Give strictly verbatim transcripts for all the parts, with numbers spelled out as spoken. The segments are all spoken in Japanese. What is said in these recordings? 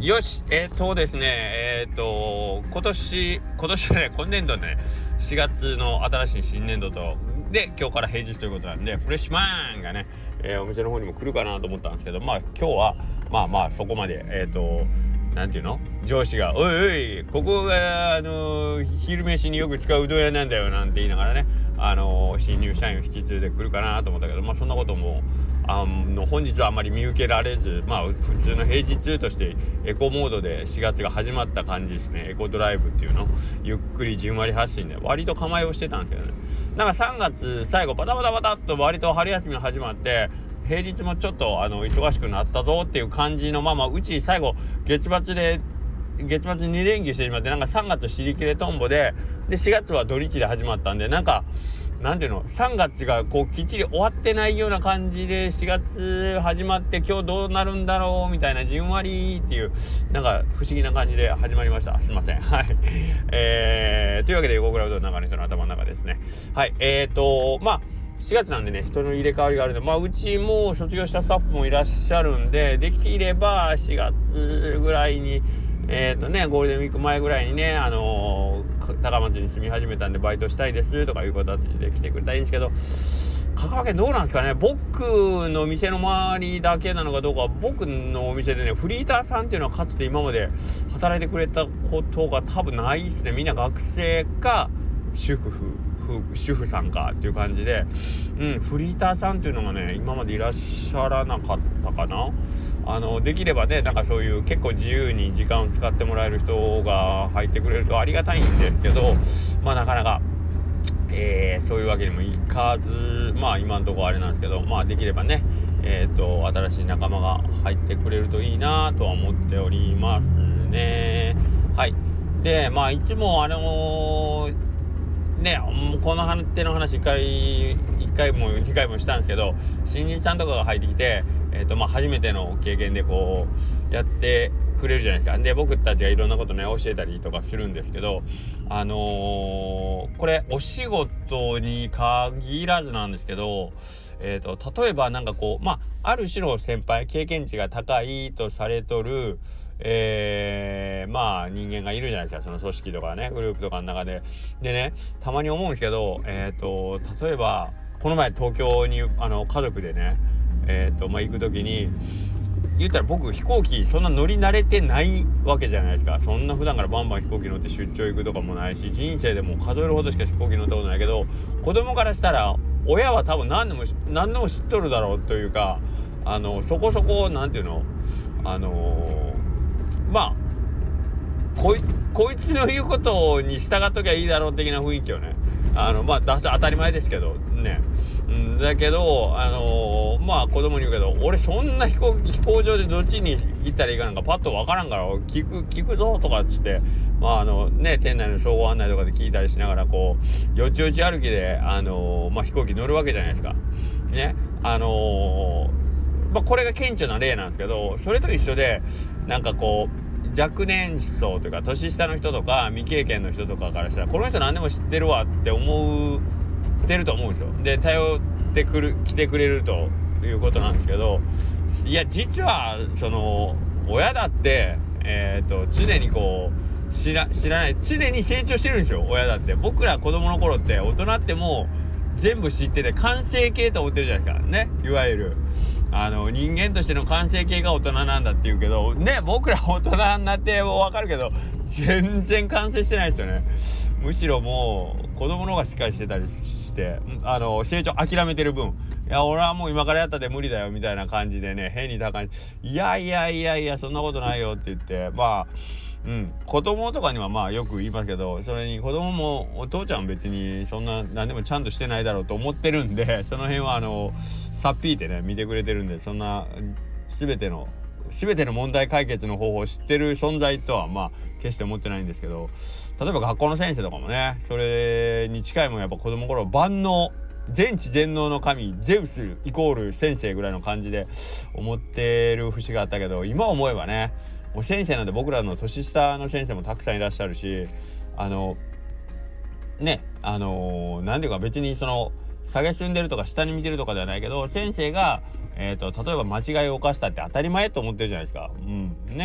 よし、えー、っとですね、えー、っと、今年、今年ね、今年度ね、しがつの新しい新年度と、で、今日から平日ということなんで、フレッシュマンがね、えー、お店の方にも来るかなと思ったんですけど、まあ今日は、まあまあそこまで、えー、っと、なんていうの上司が、おいおい、ここが、あのー、昼飯によく使ううどん屋なんだよ、なんて言いながらね、あのー、新入社員を引き連れてくるかなと思ったけど、まあそんなことも、あの、本日はあまり見受けられず、まあ普通の平日としてエコモードでしがつが始まった感じですね。エコドライブっていうの、ゆっくりじんわり発進で、割と構えをしてたんですけどね。なんかさんがつ最後、バタバタバタっと割と春休みが始まって、平日もちょっとあの忙しくなったぞっていう感じのまま、うち最後月末で月末に連休してしまって、なんかさんがつ尻切れトンボで、でしがつは土日で始まったんで、なんかなんていうのさんがつがこうきっちり終わってないような感じで、しがつ始まって今日どうなるんだろうみたいな、じんわりっていうなんか不思議な感じで始まりました。すいません。はい、えー、というわけで横クラウドの中の人の頭の中ですね。はいえーとまあしがつなんでね、人の入れ替わりがあるんで、まあうちも卒業したスタッフもいらっしゃるんで、できればしがつぐらいにえっとねゴールデンウィーク前ぐらいにね、あのー、高松に住み始めたんでバイトしたいですとかいう形で来てくれたらいいんですけど、香川県どうなんですかね。僕の店の周りだけなのかどうか、僕のお店でねフリーターさんっていうのはかつて今まで働いてくれたことが多分ないですね。みんな学生か主婦主婦さんかっていう感じで、うん、フリーターさんっていうのがね今までいらっしゃらなかったかな。あのできればね、なんかそういう結構自由に時間を使ってもらえる人が入ってくれるとありがたいんですけど、まあなかなか、えー、そういうわけにもいかず、まあ今のところあれなんですけど、まあできればね、えーと新しい仲間が入ってくれるといいなとは思っておりますね。はい。でまあいつもあのーね、この手の話一回一回も二回もしたんですけど、新人さんとかが入ってきて、えーとまあ、初めての経験でこうやってくれるじゃないですか。で僕たちがいろんなことね教えたりとかするんですけど、あのー、これお仕事に限らずなんですけど、えーと例えばなんかこうまあある種の先輩、経験値が高いとされとるえー、まあ人間がいるじゃないですか、その組織とかね、グループとかの中で。でね、たまに思うんですけど、えっと例えばこの前東京にあの家族でね、えっとまあ行く時に言ったら僕飛行機そんな乗り慣れてないわけじゃないですか。そんな普段からバンバン飛行機乗って出張行くとかもないし、人生でも数えるほどしか飛行機乗ったことないけど、子供からしたら親は多分何でも何でも知っとるだろうというか、あのそこそこなんていうのあのーまあこい、こいつの言うことに従っときゃいいだろう的な雰囲気をね、あのまあ当たり前ですけどね、うん、だけどあのー、まあ子供に言うけど、俺そんな飛行飛行場でどっちに行ったらいいかなんかパッとわからんから聞く聞くぞとかっつって、まああのね店内の総合案内とかで聞いたりしながらこうよちよち歩きであのー、まあ飛行機乗るわけじゃないですかね。あのーまあ、これが顕著な例なんですけど、それと一緒でなんかこう若年層というか年下の人とか未経験の人とかからしたら、この人何でも知ってるわって思ってると思うんですよ。で頼ってくる来てくれるということなんですけど、いや実はその親だってえっと常にこう知ら知らない常に成長してるんですよ。親だって僕ら子供の頃って大人ってもう全部知ってて完成形と思ってるじゃないですかね。いわゆるあの人間としての完成形が大人なんだって言うけどね、僕ら大人になっても分かるけど全然完成してないですよね。むしろもう子供の方がしっかりしてたりして、あの成長諦めてる分、いや俺はもう今からやったで無理だよみたいな感じでね、変に高い、いやいやいやいやそんなことないよって言って、まあうん、子供とかにはまあよく言いますけど、それに子供もお父ちゃん別にそんな何でもちゃんとしてないだろうと思ってるんで、その辺はあのさっぴいてね見てくれてるんで、そんな全ての全ての問題解決の方法を知ってる存在とはまあ決して思ってないんですけど、例えば学校の先生とかもね、それに近いもんやっぱ子供の頃万能全知全能の神ゼウスイコール先生ぐらいの感じで思ってる節があったけど、今思えばねもう先生なんて僕らの年下の先生もたくさんいらっしゃるし、あのねあのー、なんていうか別にその下げすんでるとか下に見てるとかではないけど、先生が、えーと、例えば間違いを犯したって当たり前と思ってるじゃないですか。うんね、う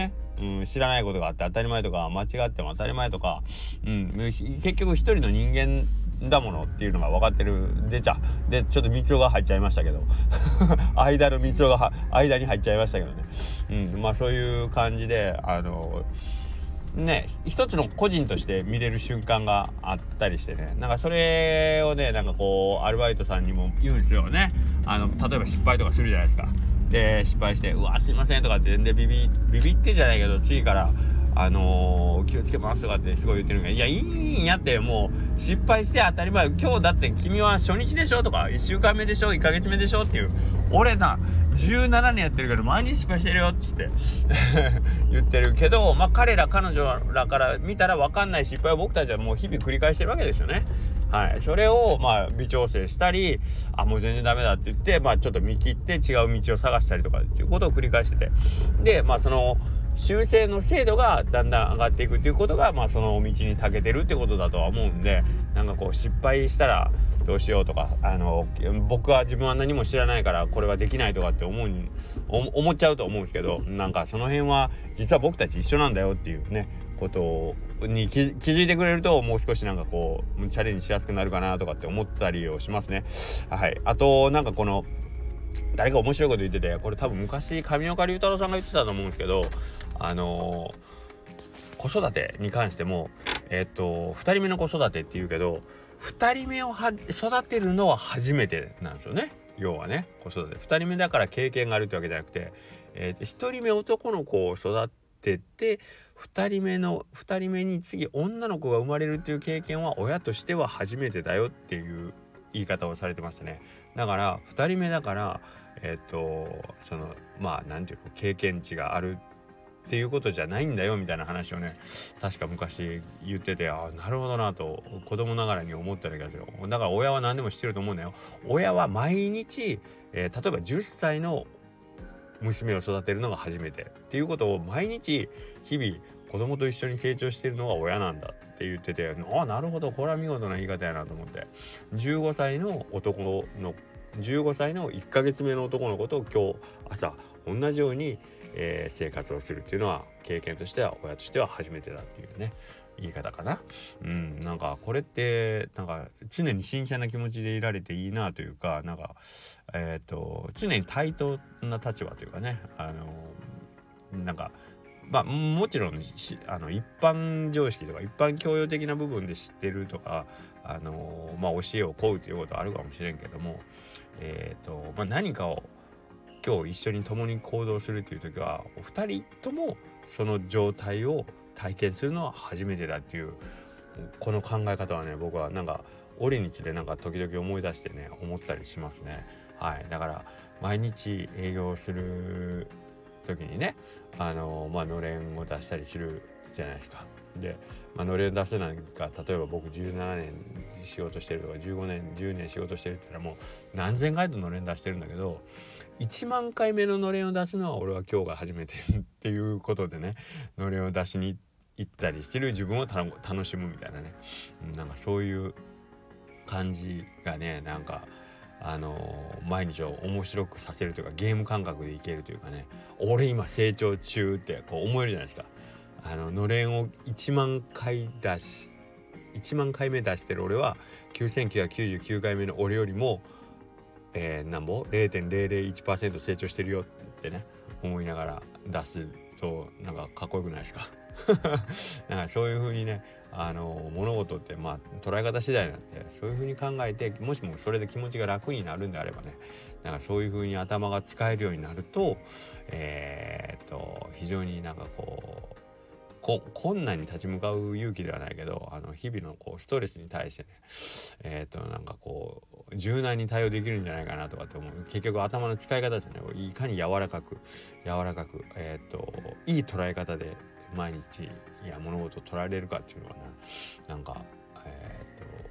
うん、知らないことがあって当たり前とか、間違っても当たり前とか、うん、結局一人の人間だものっていうのが分かってるでちゃでちょっとみつおが入っちゃいましたけど間のみつおがは間に入っちゃいましたけどね、うん、まあそういう感じであのね一つの個人として見れる瞬間があったりしてね、なんかそれをねなんかこうアルバイトさんにも言うんですよね。あの例えば失敗とかするじゃないですか。で失敗してうわすいませんとかってでビビビビってじゃないけど次からあのー、気をつけますとかってすごい言ってるんだけど、いやいいんやって、もう失敗して当たり前、今日だって君は初日でしょとかいっしゅうかんめでしょいっかげつめでしょっていう、俺なじゅうななねんやってるけど毎日失敗してるよっつって言ってるけど、まあ彼ら彼女らから見たら分かんない失敗を僕たちはもう日々繰り返してるわけですよね。はい、それをまあ微調整したり、あもう全然ダメだって言ってまあちょっと見切って違う道を探したりとかっていうことを繰り返してて、でまあその修正の精度がだんだん上がっていくっていうことがまあその道に長けてるってことだとは思うんで、なんかこう失敗したらどうしようとか、あの僕は自分は何も知らないからこれはできないとかって思う思っちゃうと思うんですけど、なんかその辺は実は僕たち一緒なんだよっていうねことに気づいてくれると、もう少しなんかこうチャレンジしやすくなるかなとかって思ったりをしますね。はい。あとなんかこの誰か面白いこと言ってて、これ多分昔上岡龍太郎さんが言ってたと思うんですけど、あのー、子育てに関してもえー、っとふたりめの子育てって言うけど、ふたりめをは育てるのは初めてなんですよね。要はね子育てふたりめだから経験があるってわけじゃなくて、えー、ひとりめ男の子を育ててふたりめのふたりめに次女の子が生まれるっていう経験は親としては初めてだよっていう言い方をされてましたね。だからふたりめだからえっとそのまあなんていうの経験値があるっていうことじゃないんだよみたいな話をね確か昔言ってて、あなるほどなと子供ながらに思ったんだけど、だから親は何でも知ってると思うんだよ。親は毎日、えー、例えばじゅっさいの娘を育てるのが初めてっていうことを毎日日々子供と一緒に成長しているのが親なんだって言ってて、あなるほどこれは見事な言い方やなと思って、じゅうごさいの男のじゅうごさいのいっかげつめの男の子と今日朝同じように、えー、生活をするっていうのは経験としては親としては初めてだっていうね言い方かな。うんなんかこれってなんか常に新鮮な気持ちでいられていいなというか、なんかえっと常に対等な立場というかね、あのなんかまあもちろんあの一般常識とか一般教養的な部分で知ってるとかあのまあ教えを請うということはあるかもしれんけども、えっとまあ何かを今日一緒に共に行動するという時はお二人ともその状態を体験するのは初めてだっていうこの考え方はね僕はなんか折にちでなんか時々思い出してね思ったりしますね。はい。だから毎日営業する時にねあのまあのれんを出したりするじゃないですか。で、まあ、のれん出せないか例えば僕じゅうななねん仕事してるとかじゅうごねんじゅうねん仕事してるって言ったらもう何千回とのれん出してるんだけど、いちまんかいめののれんを出すのは俺は今日が初めてっていうことでねのれんを出しに行ったりしてる自分をた楽しむみたいなね、なんかそういう感じがねなんかあのー、毎日を面白くさせるというかゲーム感覚でいけるというかね、俺今成長中ってこう思えるじゃないですか。あののれんをいちまんかい出しいちまんかいめ出してる俺はきゅうせんきゅうひゃくきゅうじゅうきゅうかいめの俺よりもえー、なんぼ れいてんぜろぜろいちパーセント 成長してるよってね思いながら出すとなんかかっこよくないですかなんかそういう風にねあの物事ってまあ捉え方次第なんで、そういう風に考えてもしもそれで気持ちが楽になるんであればね、なんかそういう風に頭が使えるようになるとえー、っと非常になんかこうこ困難に立ち向かう勇気ではないけど、あの日々のこうストレスに対してねえっとなんかこう柔軟に対応できるんじゃないかなとかって思う。結局頭の使い方ですね。いかに柔らかく柔らかくえっといい捉え方で毎日いや物事を捉えれるかっていうのはななんかえっと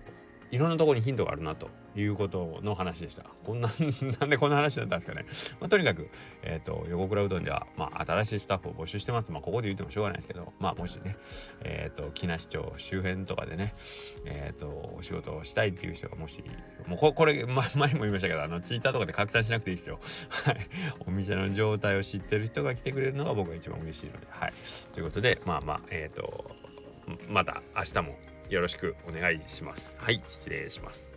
いろんなところにヒントがあるなということの話でした。こんななんでこんな話だったんですかね。まあ、とにかく、えっ、ー、と横倉うどんでは、まあ、新しいスタッフを募集してます。まあ、ここで言ってもしょうがないですけど、まあ、もしね、えっ、ー、と木梨町周辺とかでね、えっ、ー、とお仕事をしたいっていう人がもし、もうここれ、ま、前も言いましたけど、あのツイッターとかで拡散しなくていいですよ。はい、お店の状態を知ってる人が来てくれるのが僕が一番嬉しいので、はい。ということで、まあまあ、えっ、ー、とまた明日もよろしくお願いします。はい、失礼します。